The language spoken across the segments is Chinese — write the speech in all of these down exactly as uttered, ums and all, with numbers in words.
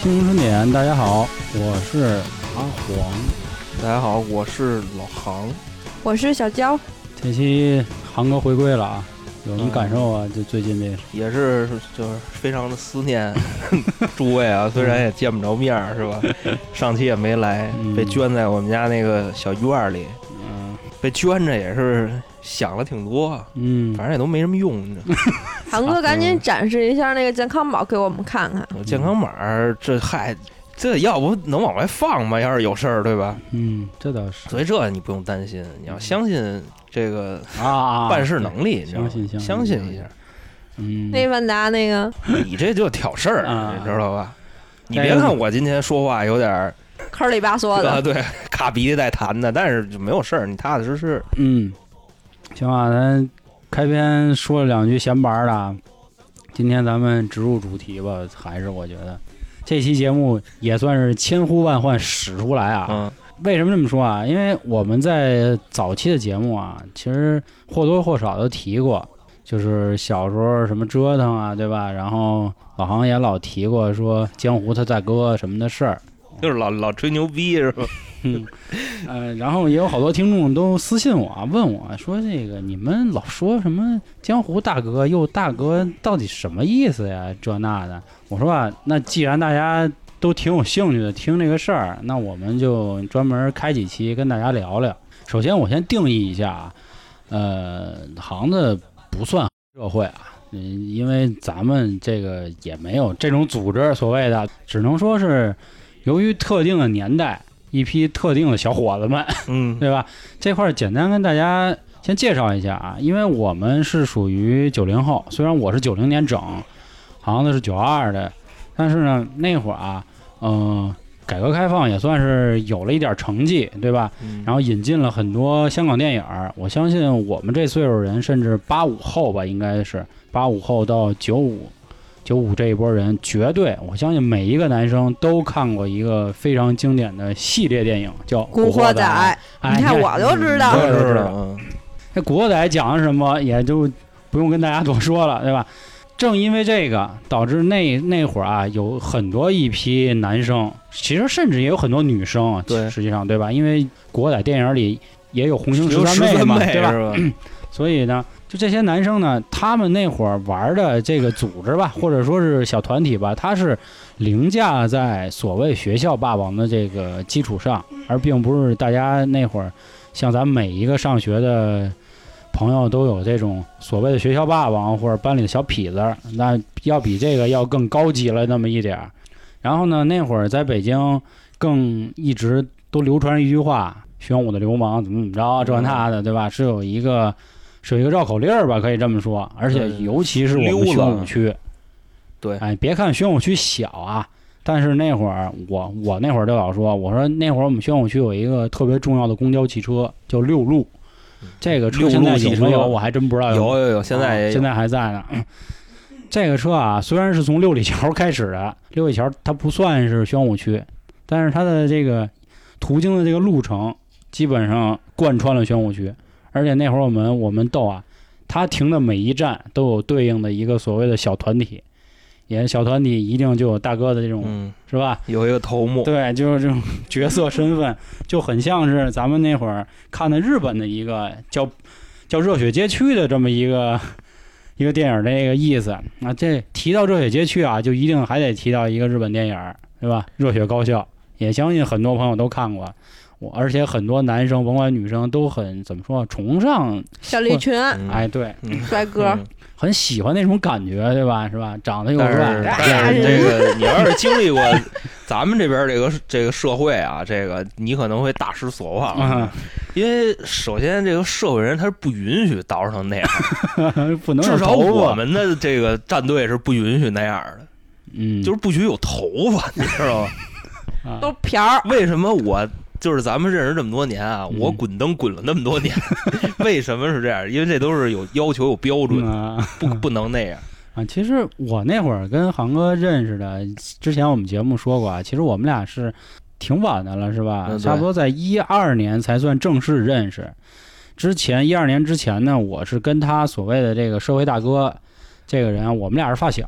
新闻春点，大家好，我是阿黄。 大家好，我是老杭， 我是小娇。 这期杭哥回归了啊，有什么感受啊？嗯、就最近这个也是就是非常的思念诸位啊，虽然也见不着面是吧？上期也没来，被圈在我们家那个小院里，嗯，被圈着也是想了挺多，嗯，反正也都没什么用。 杭哥，赶紧展示一下那个健康码给我们看看。 嗯、健康码这嗨。这要不能往外放吗？要是有事儿，对吧？ 嗯，这倒是。 所以这你不用担心，你要相信这个啊办事能力， 相信相信相信一下。 嗯，那万达那个， 你这就挑事儿， 啊、 你知道吧？你别看我今天说话有点坑里巴嗦的， 啊，对，卡鼻子带痰的，但是就没有事儿，你踏踏实实。 嗯，行吧，咱开篇说了两句闲白的，今天咱们直入主题吧，还是我觉得。这期节目也算是千呼万唤始出来啊！ 嗯， 为什么这么说啊？因为我们在早期的节目啊，其实或多或少都提过，就是小时候什么折腾啊，对吧？然后老杭也老提过说江湖他大哥什么的事儿， 就是老老吹牛逼是吧？ 嗯，呃，然后也有好多听众都私信我、啊、问我说这个你们老说什么江湖大哥又大哥到底什么意思呀？这那的，我说啊，那既然大家都挺有兴趣的听这个事儿，那我们就专门开几期跟大家聊聊。首先我先定义一下啊，呃，行子不算社会啊，嗯，因为咱们这个也没有这种组织，所谓的只能说是由于特定的年代。一批特定的小伙子们， 嗯， 对吧？这块简单跟大家先介绍一下啊，因为我们是属于九零后，虽然我是九零年整，好像是九二的，但是呢，那会儿啊，嗯、呃，改革开放也算是有了一点成绩，对吧？ 嗯、 然后引进了很多香港电影，我相信我们这岁数人，甚至八五后吧，应该是八五后到九五。九五这一波人绝对，我相信每一个男生都看过一个非常经典的系列电影，叫《 古惑仔》。 哎， 你看我都知道， 我都知道。这《古惑仔》讲的什么，也就不用跟大家多说了，对吧？正因为这个，导致那那会儿啊，有很多一批男生，其实甚至也有很多女生， 对， 实际上对吧？因为《古惑仔》电影里也有红星十三妹嘛，对吧？所以呢。就这些男生呢，他们那会儿玩的这个组织吧，或者说是小团体吧，他是凌驾在所谓学校霸王的这个基础上，而并不是大家那会儿像咱们每一个上学的朋友都有这种所谓的学校霸王或者班里的小痞子，那要比这个要更高级了那么一点。然后呢，那会儿在北京更一直都流传一句话：玄武的流氓怎么怎么着，这那的，对吧？是有一个。是有一个绕口令儿吧，可以这么说，而且尤其是我们宣武区， 对， 哎，别看宣武区小啊，但是那会儿我我那会儿就老说，我说那会儿我们宣武区有一个特别重要的公交汽车叫六路，这个车现在有没有我还真不知道有。 有有有，现在也有、 啊、现在还在呢。这个车啊，虽然是从六里桥开始的，六里桥它不算是宣武区，但是它的这个途经的这个路程基本上贯穿了宣武区。而且那会儿我们我们逗啊，他停的每一站都有对应的一个所谓的小团体，也小团体一定就有大哥的这种， 嗯、 是吧？ 有一个头目， 对，就是这种角色身份，就很像是咱们那会儿看的日本的一个叫叫《热血街区》的这么一个一个电影的那个意思。那这提到《热血街区》啊，就一定还得提到一个日本电影，对吧？《热血高校》，也相信很多朋友都看过。我而且很多男生甭管女生都很怎么说崇尚小栗群， 哎对， 帅哥、嗯， 很喜欢那种感觉，对吧？是吧？长得又帅。 但是这个你要是经历过咱们这边这个这个社会啊，这个你可能会大失所望，嗯、因为首先这个社会人他是不允许捯饬成那样， 不能至少我们的这个战队是不允许那样的， 嗯， 就是不许有头发，你知道吗？ 都瓢儿。 为什么我？就是咱们认识这么多年啊，我滚灯滚了那么多年，嗯、为什么是这样？因为这都是有要求、有标准， 嗯、 不不能那样啊。其实我那会儿跟航哥认识的，之前我们节目说过啊，其实我们俩是挺晚的了，是吧？ 嗯、 差不多在一二年才算正式认识。之前一二年之前呢，我是跟他所谓的这个社会大哥这个人，我们俩是发小，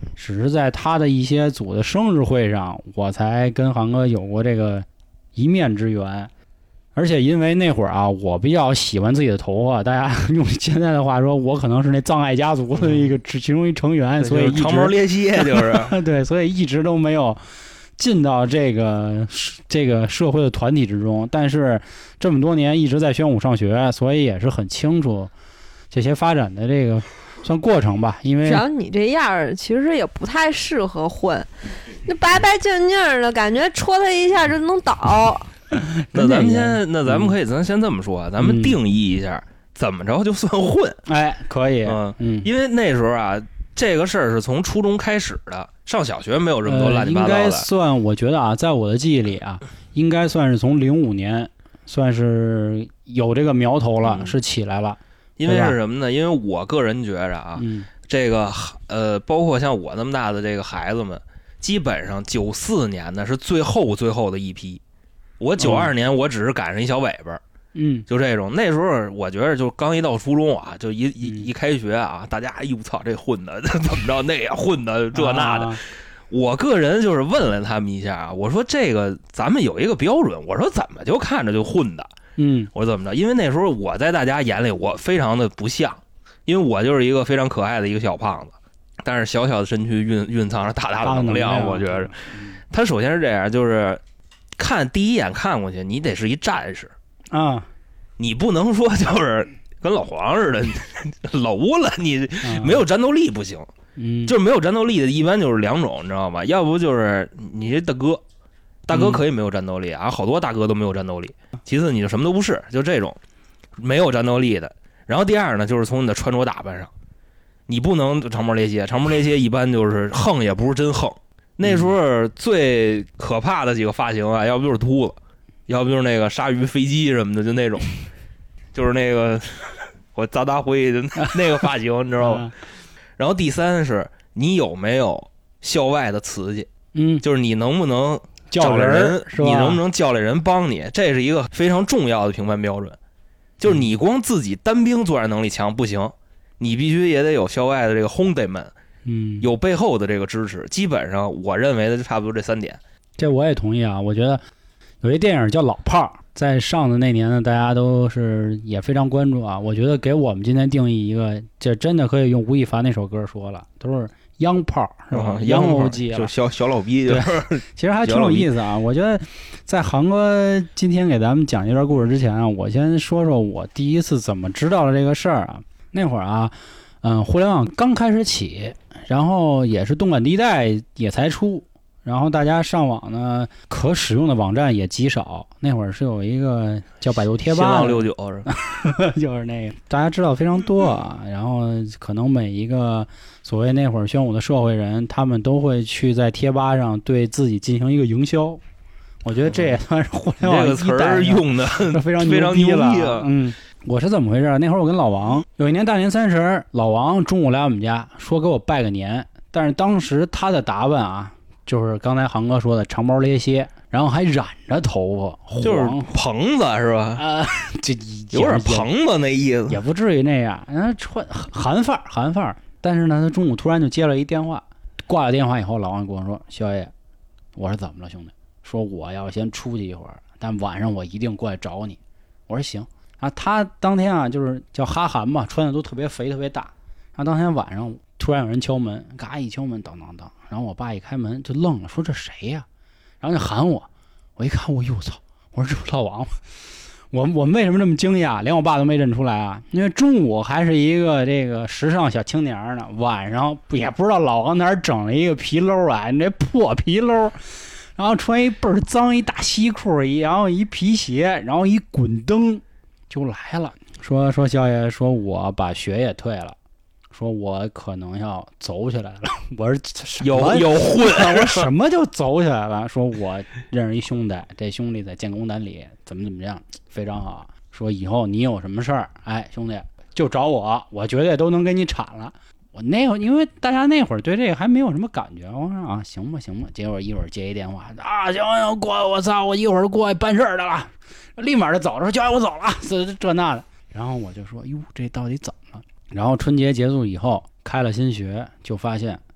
只是在他的一些组的生日会上，我才跟航哥有过这个一面之缘。而且因为那会儿啊，我比较喜欢自己的头发，大家用现在的话说，我可能是那葬爱家族的一个其中一成员，所以一直长毛咧蝎就是对，所以一直都没有进到这个这个社会的团体之中。但是这么多年一直在宣武上学，所以也是很清楚这些发展的这个算过程吧。因为只要你这样，其实也不太适合混，那白白净净的感觉，戳他一下就能倒。 那咱们先，那咱们可以，咱先这么说，咱们定义一下，怎么着就算混？ 哎，可以， 嗯嗯，因为那时候啊，这个事儿是从初中开始的，上小学没有这么多乱七八糟的。 应该算，我觉得啊，在我的记忆里啊，应该算是从零五年，算是有这个苗头了，嗯、是起来了。 因为是什么呢？因为我个人觉着啊， 嗯、 这个呃，包括像我那么大的这个孩子们，基本上九四年的是最后最后的一批。我九二年，我只是赶上一小尾巴， 嗯， 就这种。那时候我觉得，就刚一到初中啊，就一一一开学啊，大家哎呦操，这混的怎么着，那样混的这那的。 啊、 我个人就是问了他们一下啊，我说这个咱们有一个标准，我说怎么就看着就混的？ 嗯， 我说怎么着？因为那时候我在大家眼里我非常的不像，因为我就是一个非常可爱的一个小胖子，但是小小的身躯蕴蕴藏着大大的能量。 能量我觉着，他首先是这样，就是。看第一眼看过去，你得是一战士啊， 你不能说就是跟老黄似的楼了，你没有战斗力不行。 嗯， 就是没有战斗力的，一般就是两种，你知道吗？要不就是你这大哥，大哥可以没有战斗力啊，好多大哥都没有战斗力。其次，你就什么都不是，就这种没有战斗力的。然后第二呢，就是从你的穿着打扮上，你不能长毛咧蝎，长毛咧蝎一般就是横也不是真横。那时候最可怕的几个发型啊，要不就是秃子，要不就是那个鲨鱼飞机什么的，就那种，就是那个我砸大灰的那个发型，你知道吗？然后第三是你有没有校外的瓷器， 嗯， 就是你能不能找来人，你能不能叫来人帮你，这是一个非常重要的评判标准。就是你光自己单兵作战能力强不行，你必须也得有校外的这个兄弟们。 嗯， 有背后的这个支持，基本上我认为的就差不多这三点。 这我也同意啊。我觉得有一电影叫《老炮儿》，在上的那年呢，大家都是也非常关注啊。我觉得给我们今天定义一个，这真的可以用吴亦凡那首歌说了，都是洋炮是吧？洋欧记就小小老逼， 对，其实还挺有意思啊。我觉得在航哥今天给咱们讲这段故事之前啊，我先说说我第一次怎么知道了这个事儿啊。那会儿啊，嗯，互联网刚开始起。然后也是动感地带也才出，然后大家上网呢，可使用的网站也极少。那会儿是有一个叫百度贴吧，新浪六九是吧？ 就是那个大家知道非常多啊。然后可能每一个所谓那会儿宣武的社会人，他们都会去在贴吧上对自己进行一个营销。我觉得这也算是互联网这个词儿用的非常非常牛逼了。嗯。我是怎么回事？那会儿我跟老王有一年大年三十，老王中午来我们家说给我拜个年，但是当时他的打扮啊，就是刚才航哥说的长毛咧蝎，然后还染着头发， 就是棚子是吧？ 啊，这有点棚子那意思， 也不至于那样。然后穿韩范儿，韩范儿。但是呢，他中午突然就接了一电话，挂了电话以后，老王跟我说：“肖爷，我说怎么了，兄弟？说我要先出去一会儿，但晚上我一定过来找你。”我说行。啊，他当天啊，就是叫哈韩嘛，穿的都特别肥，特别大。然后当天晚上突然有人敲门，嘎一敲门，当当当。然后我爸一开门就愣了，说这谁呀、啊？然后就喊我，我一看，我哟操！我说这不老王吗？我我们为什么这么惊讶？连我爸都没认出来啊！因为中午还是一个这个时尚小青年呢，晚上也不知道老王哪儿整了一个皮褛啊，你这破皮褛，然后穿一倍儿脏一大西裤，一然后一皮鞋，然后一滚灯。就来了，说说肖爷，说我把学也退了，说我可能要走起来了。我说有有混， 我什么就走起来了？说我认识一兄弟，这兄弟在建工单里怎么怎么样，非常好。说以后你有什么事儿，哎，兄弟就找我，我绝对都能给你铲了。我那会儿因为大家那会儿对这个还没有什么感觉，我说啊行吧行吧，结果一会儿接一电话啊行行过，我操，我一会儿过去办事儿的了。立马就走了，说叫我走了，这这那的。然后我就说，哟，这到底怎么了？然后春节结束以后，开了新学，就发现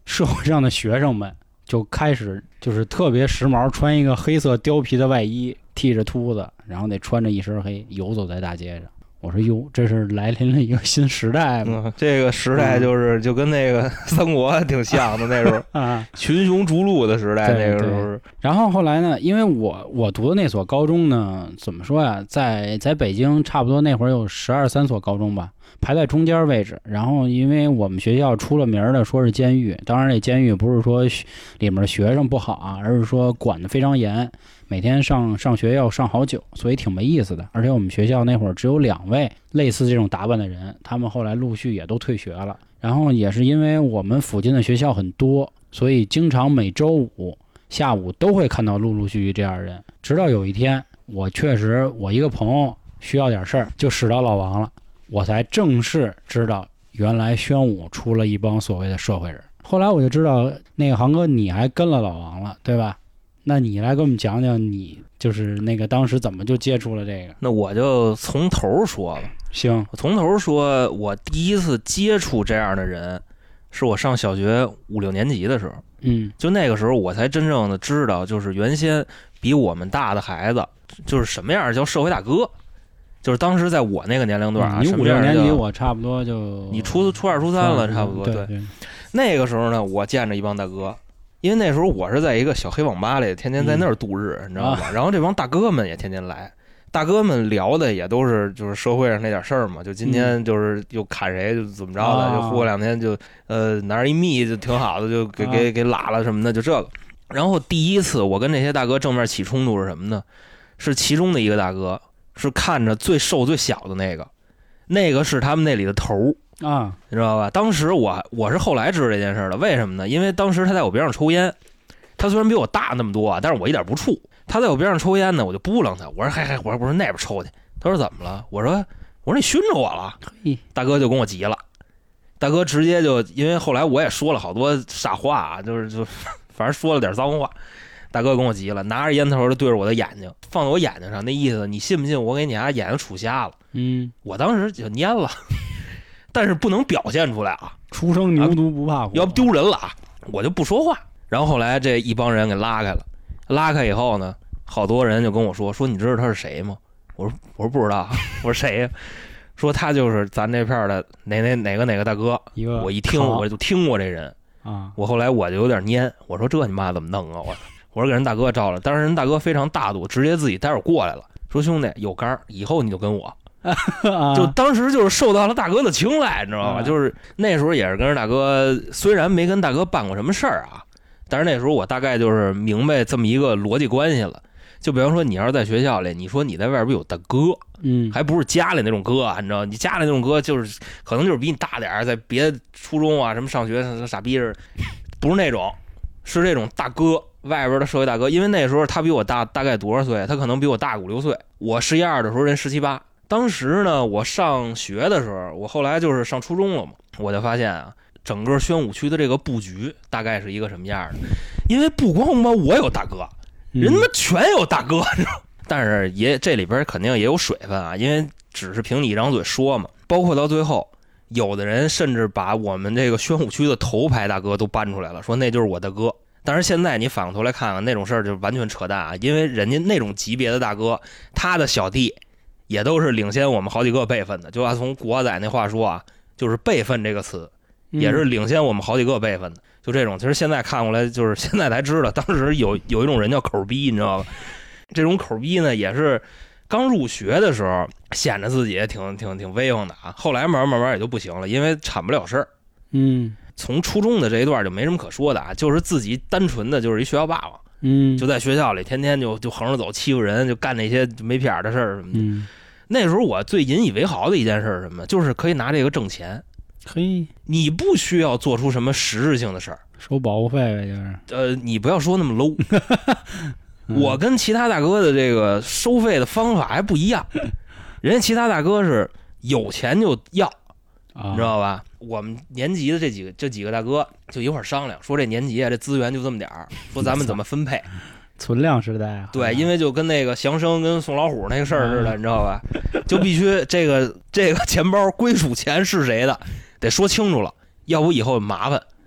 社会上的学生们就开始就是特别时髦，穿一个黑色貂皮的外衣，剃着秃子，然后得穿着一身黑游走在大街上。我说哟，这是来临了一个新时代嘛、 嗯？这个时代就是、嗯、就跟那个三国挺像的那时候啊，群雄逐鹿的时代那个时候。 然后后来呢，因为我我读的那所高中呢，怎么说呀，在在北京差不多那会儿有十二三所高中吧，排在中间位置。然后因为我们学校出了名的说是监狱，当然这监狱不是说里面学生不好啊，而是说管得非常严。每天上上学要上好久，所以挺没意思的。而且我们学校那会儿只有两位类似这种打扮的人，他们后来陆续也都退学了。然后也是因为我们附近的学校很多，所以经常每周五下午都会看到陆陆续续这样的人。直到有一天，我确实我一个朋友需要点事儿，就使到老王了，我才正式知道原来宣武出了一帮所谓的社会人。后来我就知道那个航哥你还跟了老王了，对吧？那你来给我们讲讲，你就是那个当时怎么就接触了这个？ 那我就从头说吧。 行， 我从头说，我第一次接触这样的人，是我上小学五六年级的时候。 嗯， 就那个时候，我才真正的知道，就是原先比我们大的孩子，就是什么样叫社会大哥。就是当时在我那个年龄段啊， 嗯、你五六年级，我差不多就你初初二、初三了，差不多。 对 对, 对。 那个时候呢，我见着一帮大哥。因为那时候我是在一个小黑网吧里，天天在那儿度日，嗯、你知道吧？然后这帮大哥们也天天来，大哥们聊的也都是就是社会上那点事儿嘛。就今天就是又砍谁就怎么着的，嗯、就过两天就呃拿着一密就挺好的，就给给给拉了什么的，就这个。然后第一次我跟这些大哥正面起冲突是什么呢？是其中的一个大哥是看着最瘦最小的那个，那个是他们那里的头。 啊， 你知道吧？当时我我是后来知道这件事的，为什么呢？因为当时他在我边上抽烟，他虽然比我大那么多啊，但是我一点不怵。他在我边上抽烟呢，我就扑棱他，我说嗨嗨，我说我说那边抽去。他说怎么了？我说我说你熏着我了。大哥就跟我急了，大哥直接就因为后来我也说了好多傻话啊，就是就反正说了点脏话。大哥跟我急了，拿着烟头就对着我的眼睛放在我眼睛上，那意思你信不信我给你家眼睛杵瞎了？ 嗯， 我当时就蔫了。但是不能表现出来啊！ 初生牛犊不怕虎、啊， 要不丢人了啊！我就不说话。然后后来这一帮人给拉开了，拉开以后呢，好多人就跟我说：“说你知道他是谁吗？”我说：“我说不知道。”我说谁呀？说他就是咱这片的哪哪哪个哪个大哥。 一个我一听我就听过这人啊。 我后来我就有点蔫，我说这你妈怎么弄啊？我我说给人大哥招了，当时人大哥非常大度，直接自己待会儿过来了，说兄弟有杆以后你就跟我。就当时就是受到了大哥的青睐，你知道吧？就是那时候也是跟着大哥，虽然没跟大哥办过什么事儿啊，但是那时候我大概就是明白这么一个逻辑关系了。就比方说，你要是在学校里，你说你在外边有大哥， 嗯， 还不是家里那种哥啊，你知道？你家里那种哥就是可能就是比你大点儿，在别的初中啊什么上学傻逼似的，不是那种，是这种大哥。外边的社会大哥，因为那时候他比我大大概多少岁？他可能比我大五六岁。我十一二的时候，人十七八。当时呢，我上学的时候，我后来就是上初中了嘛，我就发现啊，整个宣武区的这个布局大概是一个什么样的？因为不光嘛我有大哥，人他妈全有大哥，你知道？但是也这里边肯定也有水分啊，因为只是凭你一张嘴说嘛。包括到最后，有的人甚至把我们这个宣武区的头牌大哥都搬出来了，说那就是我大哥。但是现在你反过头来看看那种事儿就完全扯淡啊，因为人家那种级别的大哥，他的小弟也都是领先我们好几个辈分的，就按从古惑仔那话说啊，就是辈分这个词也是领先我们好几个辈分的。就这种其实现在看过来就是现在才知道，当时有有一种人叫口逼，你知道吧？这种口逼呢也是刚入学的时候显得自己挺挺挺威风的啊，后来慢慢慢慢也就不行了，因为铲不了事儿。 嗯， 从初中的这一段就没什么可说的啊，就是自己单纯的就是一学校霸王， 嗯， 就在学校里天天就就横着走，欺负人，就干那些没屁眼的事儿什么的。 嗯， 那时候我最引以为豪的一件事是什么？就是可以拿这个挣钱。 嘿， 你不需要做出什么实质性的事儿， 收保护费呗，就是。 呃，你不要说那么 low。我跟其他大哥的这个收费的方法还不一样，人家其他大哥是有钱就要。 啊、 你知道吧？我们年级的这几个这几个大哥就一块儿商量，说这年级啊，这资源就这么点儿，说咱们怎么分配？ 存量时代啊！ 对，因为就跟那个祥生跟宋老虎那个事儿似的，你知道吧？就必须这个这个钱包归属钱是谁的，得说清楚了，要不以后麻烦。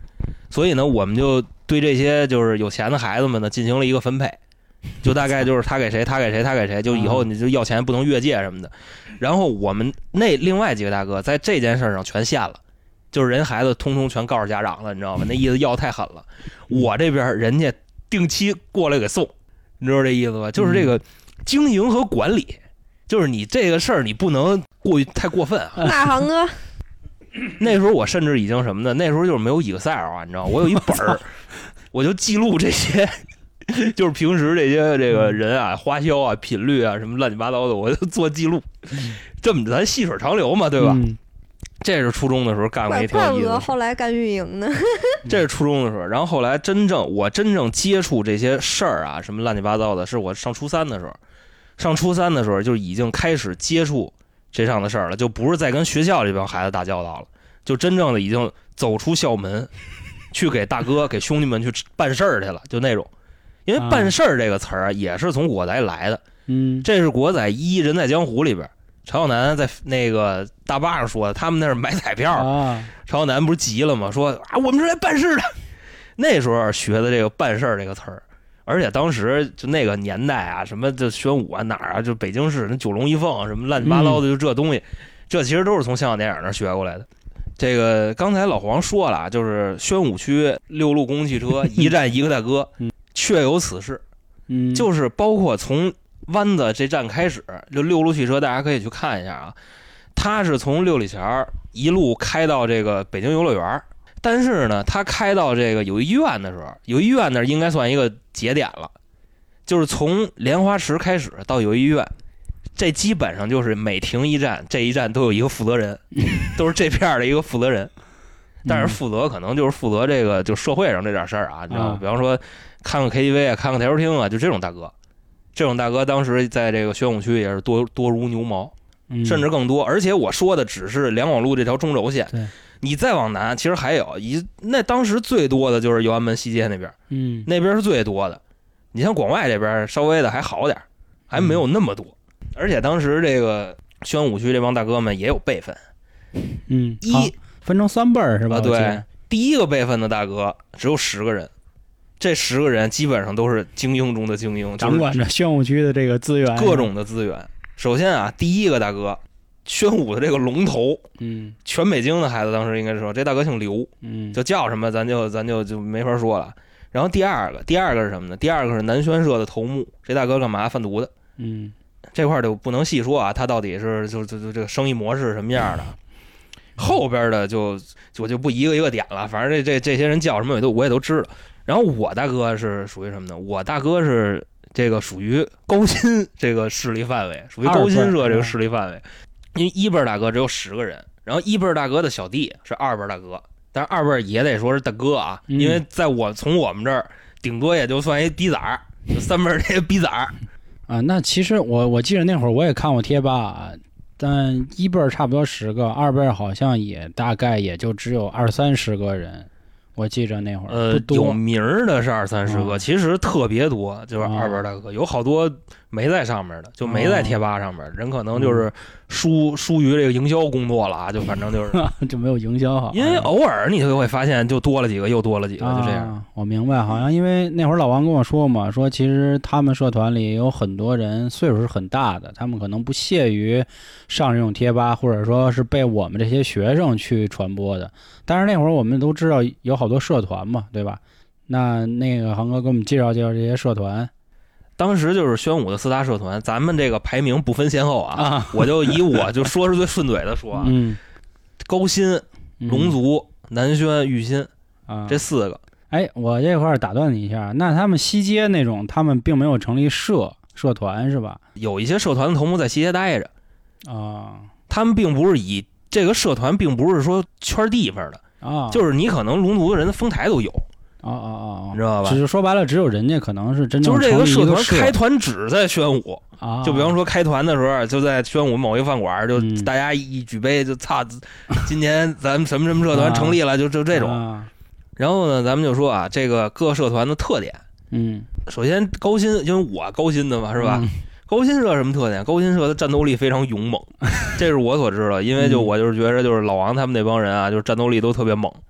所以呢，我们就对这些就是有钱的孩子们呢进行了一个分配，就大概就是他给谁，他给谁，他给谁，就以后你就要钱不能越界什么的。然后我们那另外几个大哥在这件事上全现了，就是人孩子通通全告诉家长了，你知道吗？那意思要太狠了。我这边人家定期过来给送，你知道这意思吧？就是这个经营和管理，就是你这个事儿你不能过于太过分啊。 那航哥， 那时候我甚至已经什么呢？那时候就是没有 Excel 啊，你知道，我有一本儿，我就记录这些，就是平时这些这个人啊、花销啊、频率啊什么乱七八糟的，我就做记录。这么咱细水长流嘛，对吧？嗯、这是初中的时候干过一挺有意思的。 后来干运营呢？ 这是初中的时候，然后后来真正我真正接触这些事儿啊，什么乱七八糟的，是我上初三的时候。上初三的时候就已经开始接触这上的事儿了，就不是再跟学校这帮孩子打交道了，就真正的已经走出校门，去给大哥、给兄弟们去办事儿去了，就那种。因为办事儿这个词儿啊，也是从国仔来的。 嗯， 这是国仔一《人在江湖》里边，曹小南在那个大巴上说的，他们那是买彩票。 啊， 曹小南不是急了吗？说啊，我们是来办事的。那时候学的这个办事儿这个词儿。而且当时就那个年代啊，什么这宣武啊哪儿啊，就北京市那九龙一凤什么乱七八糟的，就这东西，嗯、这其实都是从香港电影那学过来的。这个刚才老黄说了，就是宣武区六路公共汽车一站一个大哥， 嗯、 确有此事。 嗯， 就是包括从湾子这站开始，就六路汽车，大家可以去看一下啊。他是从六里桥一路开到这个北京游乐园。但是呢，他开到这个友谊医院的时候，友谊医院那应该算一个节点了，就是从莲花池开始到友谊医院，这基本上就是每停一站，这一站都有一个负责人，都是这片的一个负责人。但是负责可能就是负责这个就社会上这点事儿啊，你知道吗？比方说看个 K T V 啊，看个台球厅啊，就这种大哥，这种大哥当时在这个宣武区也是多多如牛毛，甚至更多。而且我说的只是两广路这条中轴线。 对。 你再往南，其实还有一那当时最多的就是右安门西街那边， 嗯， 那边是最多的。你像广外这边稍微的还好点，还没有那么多。嗯、而且当时这个宣武区这帮大哥们也有辈分， 嗯， 一分成三辈儿是吧？ 啊，对，第一个辈分的大哥只有十个人，这十个人基本上都是精英中的精英， 掌管着宣武区的这个资源， 各种的资源。首先啊，第一个大哥。宣武的这个龙头， 嗯， 全北京的孩子当时应该说这大哥姓刘， 嗯， 就叫什么咱就咱就就没法说了。然后第二个，第二个是什么呢？第二个是南宣社的头目，这大哥干嘛贩毒的？ 嗯， 这块就不能细说啊，他到底是就就就这个生意模式什么样的？后边的就我就不一个一个点了，反正这这这些人叫什么我都我也都知道。然后我大哥是属于什么呢？我大哥是这个属于高新这个势力范围，属于高新社这个势力范围。因为一辈大哥只有十个人，然后一辈大哥的小弟是二辈大哥，但是二辈也得说是大哥啊， 嗯、 因为在我从我们这儿顶多也就算一逼崽儿，就三辈这个逼崽儿啊。那其实我我记得那会儿我也看过贴吧，但一辈差不多十个，二辈好像也大概也就只有二三十个人。我记着那会儿， 呃，有名的是二三十个， 哦、 其实特别多，就是二辈大哥，哦、有好多没在上面的，就没在贴吧上面，哦、人可能就是疏疏于这个营销工作了啊，就反正就是就没有营销好。 因为偶尔你就会发现，就多了几个，又多了几个，就这样。 啊、我明白，好像因为那会儿老王跟我说嘛，说其实他们社团里有很多人岁数是很大的，他们可能不屑于上这种贴吧，或者说是被我们这些学生去传播的。但是那会儿我们都知道有好多社团嘛，对吧？那那个航哥给我们介绍介绍这些社团。 当时就是宣武的四大社团，咱们这个排名不分先后啊，啊我就以我就说是最顺嘴的说啊， 嗯， 高新、龙族、 嗯、 南宣、玉新啊， 这四个。 哎，我这块打断你一下，那他们西街那种，他们并没有成立社社团是吧？ 有一些社团的头目在西街待着啊， 他们并不是以这个社团，并不是说圈地方的啊， 就是你可能龙族的人的封台都有。 哦哦哦， 你知道吧？ 只是说白了，只有人家可能是真正就是这个社团开团只在宣武啊。 就比方说开团的时候，就在宣武某一个饭馆，就大家一举杯，就操，今年咱们什么什么社团成立了，就就这种。 啊、 然后呢，咱们就说啊，这个各社团的特点。 嗯， 首先高新，因为我高新的嘛，是吧？ 嗯、 高新社什么特点？高新社的战斗力非常勇猛，这是我所知道。因为就我就是觉得，就是老王他们那帮人啊，就是战斗力都特别猛。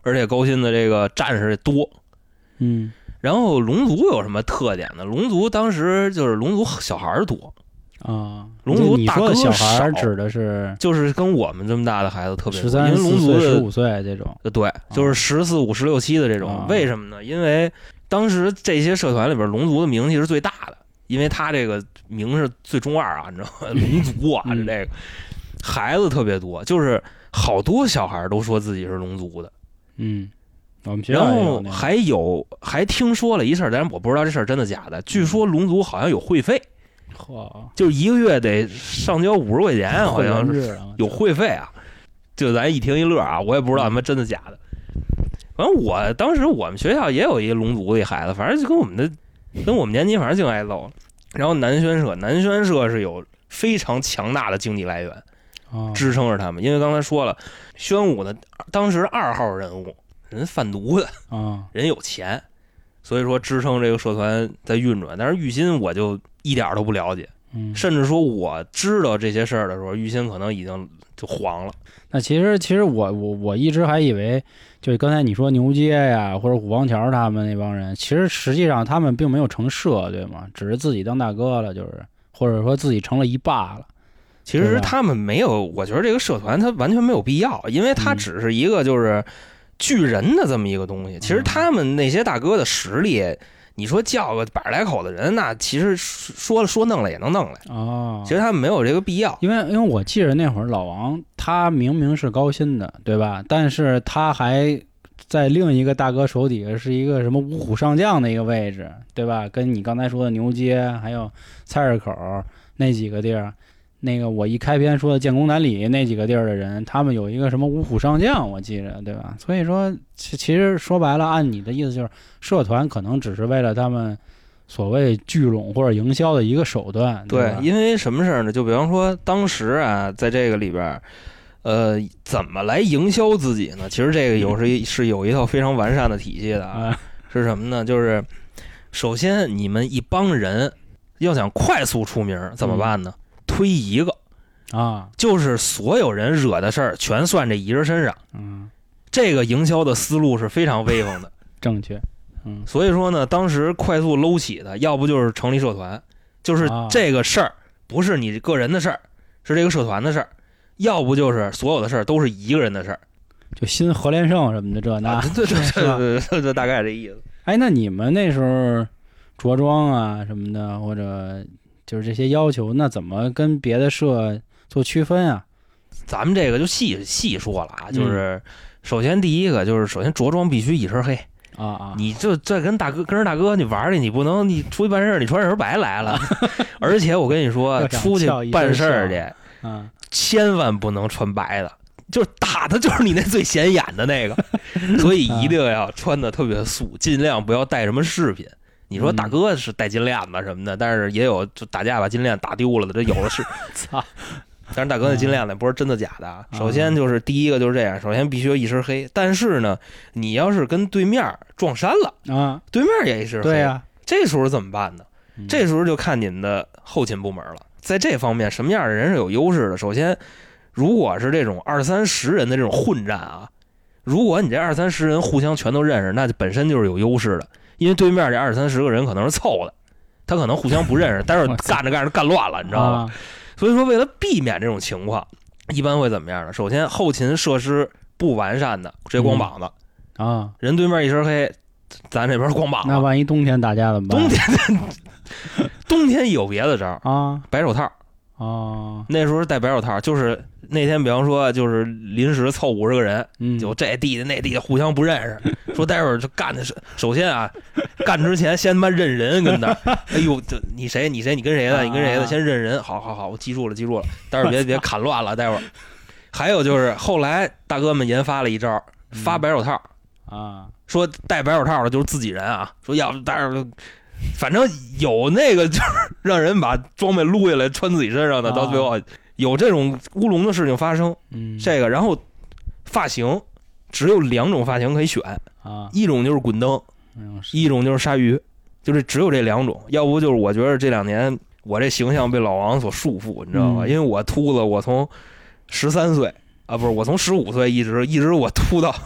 而且高辛的这个战士多。 嗯， 然后龙族有什么特点呢？龙族当时就是龙族小孩多啊， 龙族大哥小孩指的是就是跟我们这么大的孩子特别多， 十三、 因为龙族十五岁这种， 对，就是十四五、十六七的这种。 啊、 为什么呢？因为当时这些社团里边，龙族的名气是最大的，因为他这个名是最中二啊，你知道吗？龙族啊，这个孩子特别多，就是好多小孩都说自己是龙族的。 嗯。 然后还有还听说了一事儿，但是我不知道这事儿真的假的。据说龙族好像有会费，就是一个月得上交五十块钱，好像是有会费啊。就咱一听一乐啊，我也不知道他妈真的假的。反正我当时我们学校也有一个龙族的孩子，反正就跟我们的跟我们年级反正净挨揍。然后南宣社，南宣社是有非常强大的经济来源支撑着他们，因为刚才说了，宣武呢当时二号人物。人贩毒的啊， 人有钱，所以说支撑这个社团在运转。但是玉鑫我就一点都不了解， 嗯， 甚至说我知道这些事儿的时候，玉鑫可能已经就黄了。 那其实其实我我我一直还以为，就刚才你说牛街呀或者虎坊桥他们那帮人，其实实际上他们并没有成社，对吗？只是自己当大哥了，就是或者说自己成了一霸了。 其实他们没有，我觉得这个社团它完全没有必要，因为它只是一个就是巨人的这么一个东西。其实他们那些大哥的实力，你说叫个百十来口的人，那其实说了说弄了也能弄来哦。 其实他们没有这个必要， 因为因为我记得那会儿老王他明明是高薪的，对吧？但是他还在另一个大哥手底下是一个什么五虎上将的一个位置，对吧？跟你刚才说的牛街还有菜市口那几个地儿。那个我一开篇说的建功南里那几个地儿的人，他们有一个什么五虎上将，我记着，对吧？所以说，其其实说白了，按你的意思就是，社团可能只是为了他们所谓聚拢或者营销的一个手段。 对，因为什么事儿呢？就比方说，当时啊，在这个里边，呃，怎么来营销自己呢？其实这个有是是有一套非常完善的体系的啊。是什么呢？就是首先你们一帮人要想快速出名，怎么办呢？嗯推一个啊， 就是所有人惹的事儿全算这一人身上。 嗯， 这个营销的思路是非常威风的， 正确。嗯， 所以说呢，当时快速搂起的，要不就是成立社团，就是这个事儿不是你个人的事儿，是这个社团的事儿；要不就是所有的事儿都是一个人的事儿， 就新何连胜什么的这那。 啊、对对对对对，大概这意思。 哎，那你们那时候着装啊什么的，或者？就是这些要求，那怎么跟别的社做区分啊？ 咱们这个就细细说了啊，就是首先第一个就是首先着装必须一身黑啊啊！ 你就这跟大哥跟着大哥你玩去，你不能你出去办事你穿身白来了。而且我跟你说，出去办事儿去， 嗯， 千万不能穿白的，就是打的就是你那最显眼的那个，所以一定要穿的特别素，尽量不要带什么饰品。你说大哥是戴金链子什么的，嗯、但是也有就打架把金链打丢了的，这有的是。 操！ 但是大哥那金链子不是真的假的啊。首先就是第一个就是这样，首先必须要一身黑。但是呢，你要是跟对面撞衫了啊， 对面也一身黑， 对呀、啊， 这时候怎么办呢？这时候就看你们的后勤部门了。在这方面，什么样的人是有优势的？首先，如果是这种二三十人的这种混战啊，如果你这二三十人互相全都认识，那就本身就是有优势的。因为对面这二三十个人可能是凑的，他可能互相不认识，但是干着干着干乱了，你知道吗？所以说，为了避免这种情况，一般会怎么样呢？首先，后勤设施不完善的，直接光膀子、 嗯、啊， 人对面一身黑，咱这边光膀子。 那万一冬天打架怎么办？ 冬天，冬天有别的招啊， 白手套。 哦， 那时候戴白手套，就是那天，比方说，就是临时凑五十个人， 嗯， 就这地的那地的互相不认识，说待会儿就干的是，首先啊，干之前先他妈认人，跟那，哎呦，这你谁你谁你跟谁的，你跟谁的，先认人，好好好，我记住了记住了，待会儿别别砍乱了，待会儿。还有就是后来大哥们研发了一招，发白手套、 嗯、啊， 说戴白手套的就是自己人啊，说要不待会儿。反正有那个就是让人把装备撸下来穿自己身上的，到最后有这种乌龙的事情发生。 嗯， 这个然后发型只有两种发型可以选啊， 一种就是滚灯，一种就是鲨鱼，就是只有这两种。要不就是我觉得这两年我这形象被老王所束缚，你知道吧？ 嗯、 因为我秃子，我从十三岁啊，不是我从十五岁一直一直我秃到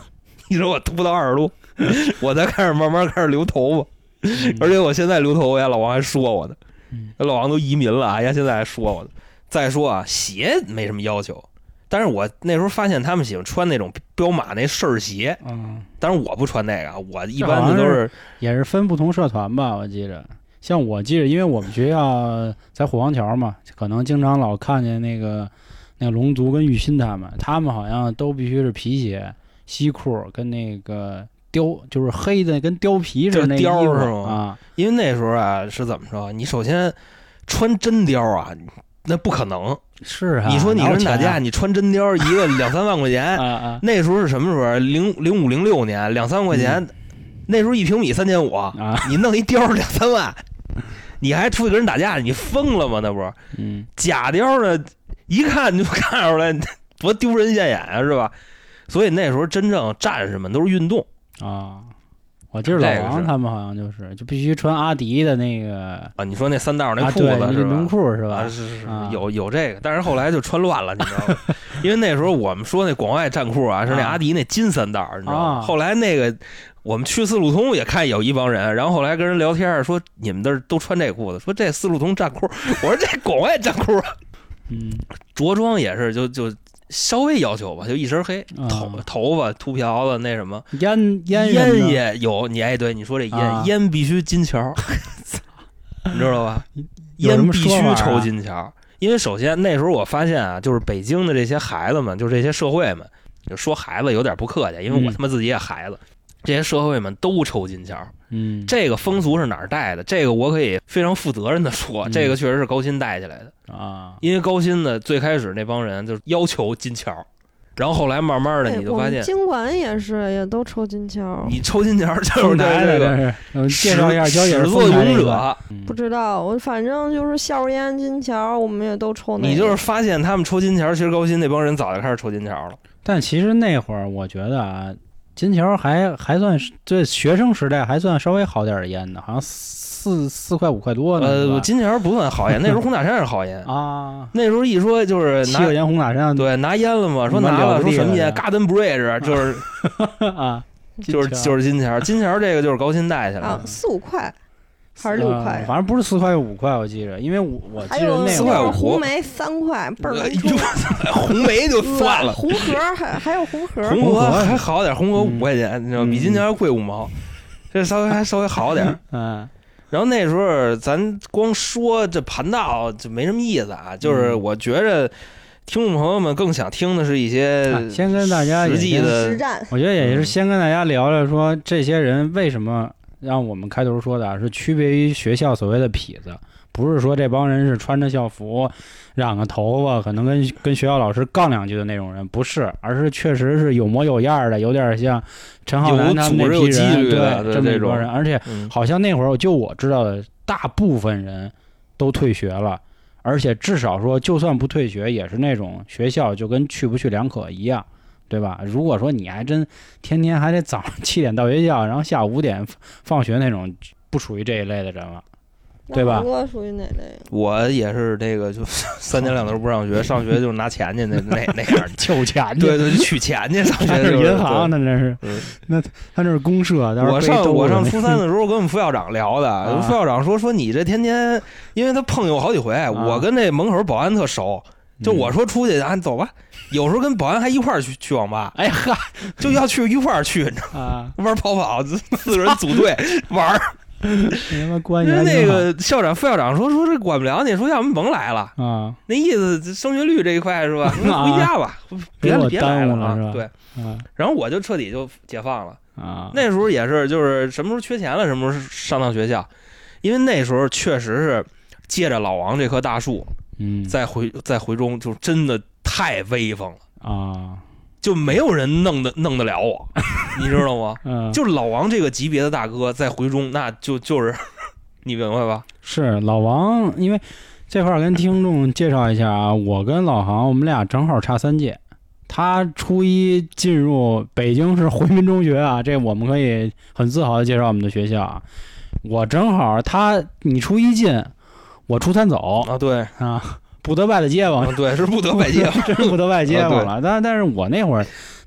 你说我秃到二十度，我才开始慢慢开始留头发，而且我现在留头发，老王还说我呢，老王都移民了，哎呀，现在还说我呢。再说啊，鞋没什么要求，但是我那时候发现他们喜欢穿那种彪马那事儿鞋，嗯，但是我不穿那个，我一般的都是也是分不同社团吧，我记着。像我记着，因为我们学校在虎坊桥嘛，可能经常老看见那个那个龙族跟玉鑫他们，他们好像都必须是皮鞋、西裤跟那个貂，就是黑的跟貂皮似的那貂是吗？ 啊， 因为那时候啊是怎么说？你首先穿真貂啊。那不可能， 是啊！ 你说你跟打架，你穿真貂一个两三万块钱， 啊啊那时候是什么时候？零零五零六年，两三万块钱，嗯、那时候一平米三千五，你弄一貂两三万，你还出去跟人打架，你疯了吗？那不是？ 嗯， 假貂呢，一看就看出来多丢人现眼啊，是吧？所以那时候真正战士们都是运动啊。我记得老王他们好像就是就必须穿阿迪的那个啊，你说那三道那裤子是吧？ 运动裤是吧？ 啊、是是是，啊、有有这个，但是后来就穿乱了，你知道吗？因为那时候我们说那广外战裤啊，是那阿迪那金三道，你知道吗？ 啊、 后来那个我们去四路通也看有一帮人，然后后来跟人聊天说你们这都穿这裤子，说这四路通战裤，我说这广外战裤啊， 嗯， 着装也是就就。稍微要求吧，就一身黑，头、啊、头发秃瓢子，那什么烟烟烟也有，你哎对，你说这烟、啊、烟必须金条，你知道吧？烟必须抽金条，因为首先那时候我发现啊，就是北京的这些孩子们，就是这些社会们，就说孩子有点不客气，因为我他妈自己也孩子，嗯、这些社会们都抽金条。 嗯， 这个风俗是哪儿带的？这个我可以非常负责任的说， 嗯、 这个确实是高鑫带起来的啊。 因为高鑫的最开始那帮人就是要求金条，然后后来慢慢的你就发现， 经管也是也都抽金条。 你抽金条就是这个， 介绍一下交始作俑者。 不知道，我反正就是校烟金条，我们也都抽那个。 你就是发现他们抽金条，其实高鑫那帮人早就开始抽金条了。 但其实那会儿我觉得啊。金条还还算是这学生时代还算稍微好点的烟呢，好像四四块五块多呢。 呃，金条不算好烟，那时候红塔山是好烟啊。 那时候一说就是七块钱红塔山， 对，拿烟了嘛，说拿了，说什么烟 ？Garden Bridge 就是啊， 就是就是金条，金条这个就是高鑫带起来的， 啊，四五块。还是六块、 呃，反正不是四块五块，我记着，因为我我记着那四块五， 红梅三块，倍儿难抽。 红梅就算了， 红盒还还有红盒， 红盒还好点，红盒五块钱，你知道比金条要贵五毛，这稍微还稍微好点。 嗯， 然后那时候咱光说这盘道就没什么意思啊，就是我觉着听众朋友们更想听的是一些、 啊、先跟大家实际的， 我觉得也是先跟大家聊聊说这些人为什么。让我们开头说的啊，是区别于学校所谓的痞子，不是说这帮人是穿着校服、染个头发，可能跟跟学校老师杠两句的那种人，不是，而是确实是有模有样的，有点像陈浩南他们那批人，对，这么一拨人，而且好像那会儿就我知道的，大部分人都退学了，而且至少说就算不退学，也是那种学校就跟去不去两可一样。对吧？如果说你还真天天还得早上七点到学校，然后下午五点放学那种，不属于这一类的人了，对吧？ 我属于哪类？ 我也是这个，就三天两头不上学，上学就是拿钱去，那那那样求钱去， 对对，取钱去，上学是银行，那真是，那他那是公社。 我上我上初三的时候跟我们副校长聊的，啊、副校长说说你这天天，因为他碰见我好几回，啊、我跟这门口保安特熟。就我说出去，咱、嗯、走吧。有时候跟保安还一块儿去去网吧， 哎呵， 就要去一块儿去，你知道吗？玩跑跑，四个人组队玩。 关因为那个校长、副校长说说这管不了你，说要么甭来了啊。 那意思升学率这一块是吧？回家吧，别别来了啊。对， 啊。 然后我就彻底就解放了啊。 那时候也是，就是什么时候缺钱了，什么时候上趟学校，因为那时候确实是借着老王这棵大树。 嗯， 在回在回中就真的太威风了啊！ 就没有人弄得弄得了我，你知道吗？ 嗯， 就老王这个级别的大哥在回中，那就就是你明白吧？ 是老王，因为这块儿跟听众介绍一下啊，我跟老航我们俩正好差三届，他初一进入北京市回民中学啊，这我们可以很自豪的介绍我们的学校啊。我正好他你初一进。我初三走啊，对啊，不得拜的街坊、 啊，对，是不得拜街坊， 真是不得拜街坊了。啊、但但是我那会儿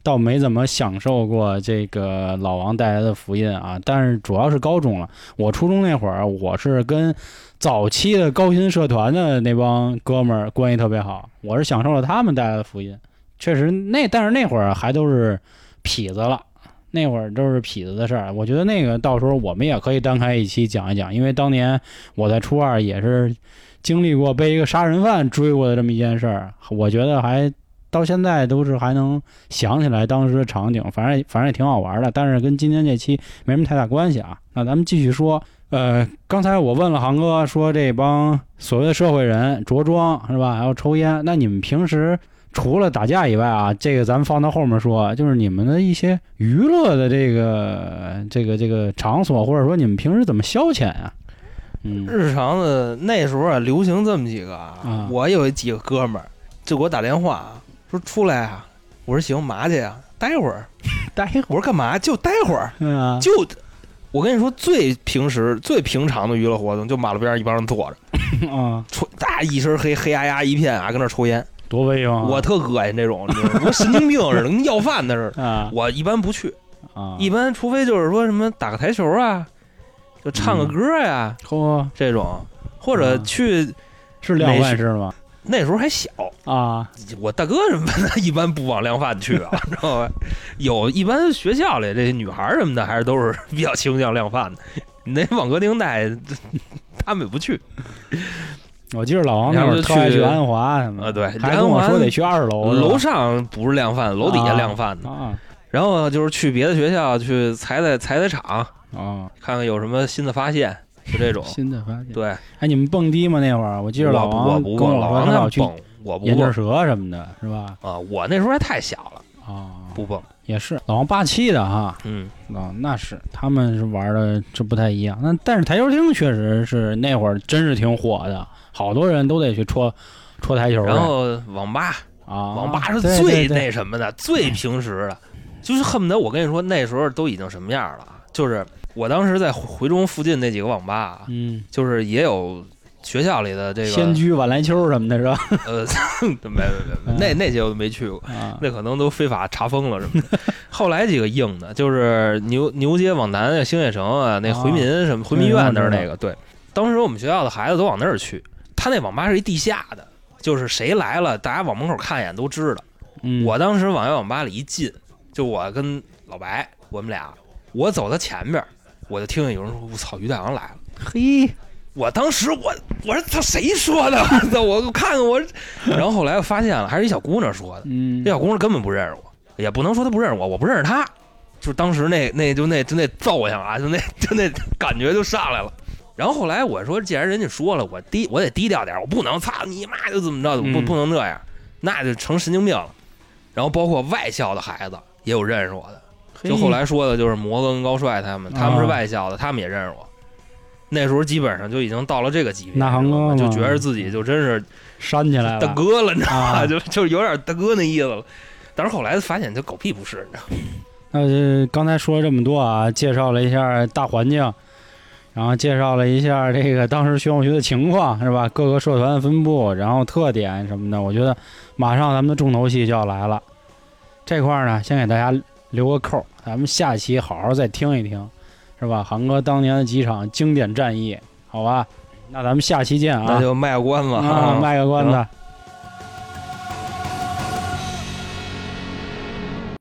倒没怎么享受过这个老王带来的福音啊。但是主要是高中了，我初中那会儿，我是跟早期的高新社团的那帮哥们儿关系特别好，我是享受了他们带来的福音。确实那但是那会儿还都是痞子了。那会儿都是痞子的事儿，我觉得那个到时候我们也可以单开一期讲一讲，因为当年我在初二也是经历过被一个杀人犯追过的这么一件事儿，我觉得还到现在都是还能想起来当时的场景，反正反正也挺好玩的，但是跟今天这期没什么太大关系啊。那咱们继续说，呃，刚才我问了航哥说这帮所谓的社会人着装是吧，还要抽烟，那你们平时除了打架以外啊，这个咱们放到后面说，就是你们的一些娱乐的这个这个这个场所，或者说你们平时怎么消遣啊？嗯， 日常的那时候啊，流行这么几个啊，啊我有几个哥们儿就给我打电话说出来啊，我说行，嘛去呀？待会儿， 待会儿， 我说干嘛？就待会儿， 嗯啊， 就我跟你说，最平时最平常的娱乐活动，就马路边一帮人坐着， 啊， 抽大一身黑黑压压一片啊，跟那抽烟。 多威风、啊！ 我特恶心这种，我神经病似的，跟要饭的似的。 啊、 我一般不去， 啊， 一般除非就是说什么打个台球啊，就唱个歌呀、 啊嗯， 这种，或者去、 啊、是量贩式吗？ 那时候还小啊， 我大哥什么的，一般不往量贩去啊，知道吧？有一般学校里这女孩什么的，还是都是比较倾向量贩的。你那往歌厅带，他们也不去。 我记得老王那会儿特爱去安华什么啊，对， 还跟我说得去二楼， 楼上不是量贩，楼底下量贩的。 啊啊、 然后就是去别的学校去采采采采场啊， 看看有什么新的发现，就这种新的发现。 对， 哎，你们蹦迪吗？那会儿我记得老王跟我说老王老去蹦，我不眼镜蛇什么的，是吧？ 啊，我那时候还太小了啊， 不蹦。 也是老王八七的哈， 嗯， 啊，那是他们是玩的这不太一样。那但是台球厅确实是那会儿真是挺火的。好多人都得去戳戳台球， 然后网吧啊， 网吧是最那什么的，最平时的，就是恨不得我跟你说那时候都已经什么样了。就是我当时在回中附近那几个网吧， 嗯， 就是也有学校里的这个仙居、晚来秋什么的，是吧？ 呃，没没没没，那那些我都没去过， 啊、 那可能都非法查封了什么的。后来几个硬的，就是牛牛街往南的兴业城啊，那回民什么、啊、回民院那儿那个，对，当时我们学校的孩子都往那儿去。他那网吧是一地下的，就是谁来了，大家往门口看一眼都知道。 嗯、 我当时往网吧里一进，就我跟老白，我们俩，我走到前边，我就听见有人说：“我操，于大阳来了！” 嘿， 我当时我我说他谁说的？我操，我看看我，然后后来我发现了，还是一小姑娘说的。 嗯， 这小姑娘根本不认识我，也不能说她不认识我，我不认识她。就当时那那就那就那揍性啊，就那就那感觉就上来了。然后后来我说，既然人家说了，我低我得低调点，我不能操你妈就怎么着，不不能这样，那就成神经病了。然后包括外校的孩子也有认识我的，就后来说的就是摩哥跟高帅他们，他们是外校的，他们也认识我。那时候基本上就已经到了这个级别， 那航哥就觉得自己就真是煽起来了， 大哥了，你知道吗？ 啊、 就就有点大哥那意思了。但是后来发现这狗屁不是，你知道吗？ 那刚才说了这么多啊，介绍了一下大环境。然后介绍了一下这个当时玄武学的情况，是吧？各个社团的分布，然后特点什么的，我觉得马上咱们的重头戏就要来了。这块呢，先给大家留个扣，咱们下期好好再听一听，是吧？航哥当年的几场经典战役，好吧？那咱们下期见啊！ 那就卖个关子啊，卖个关子。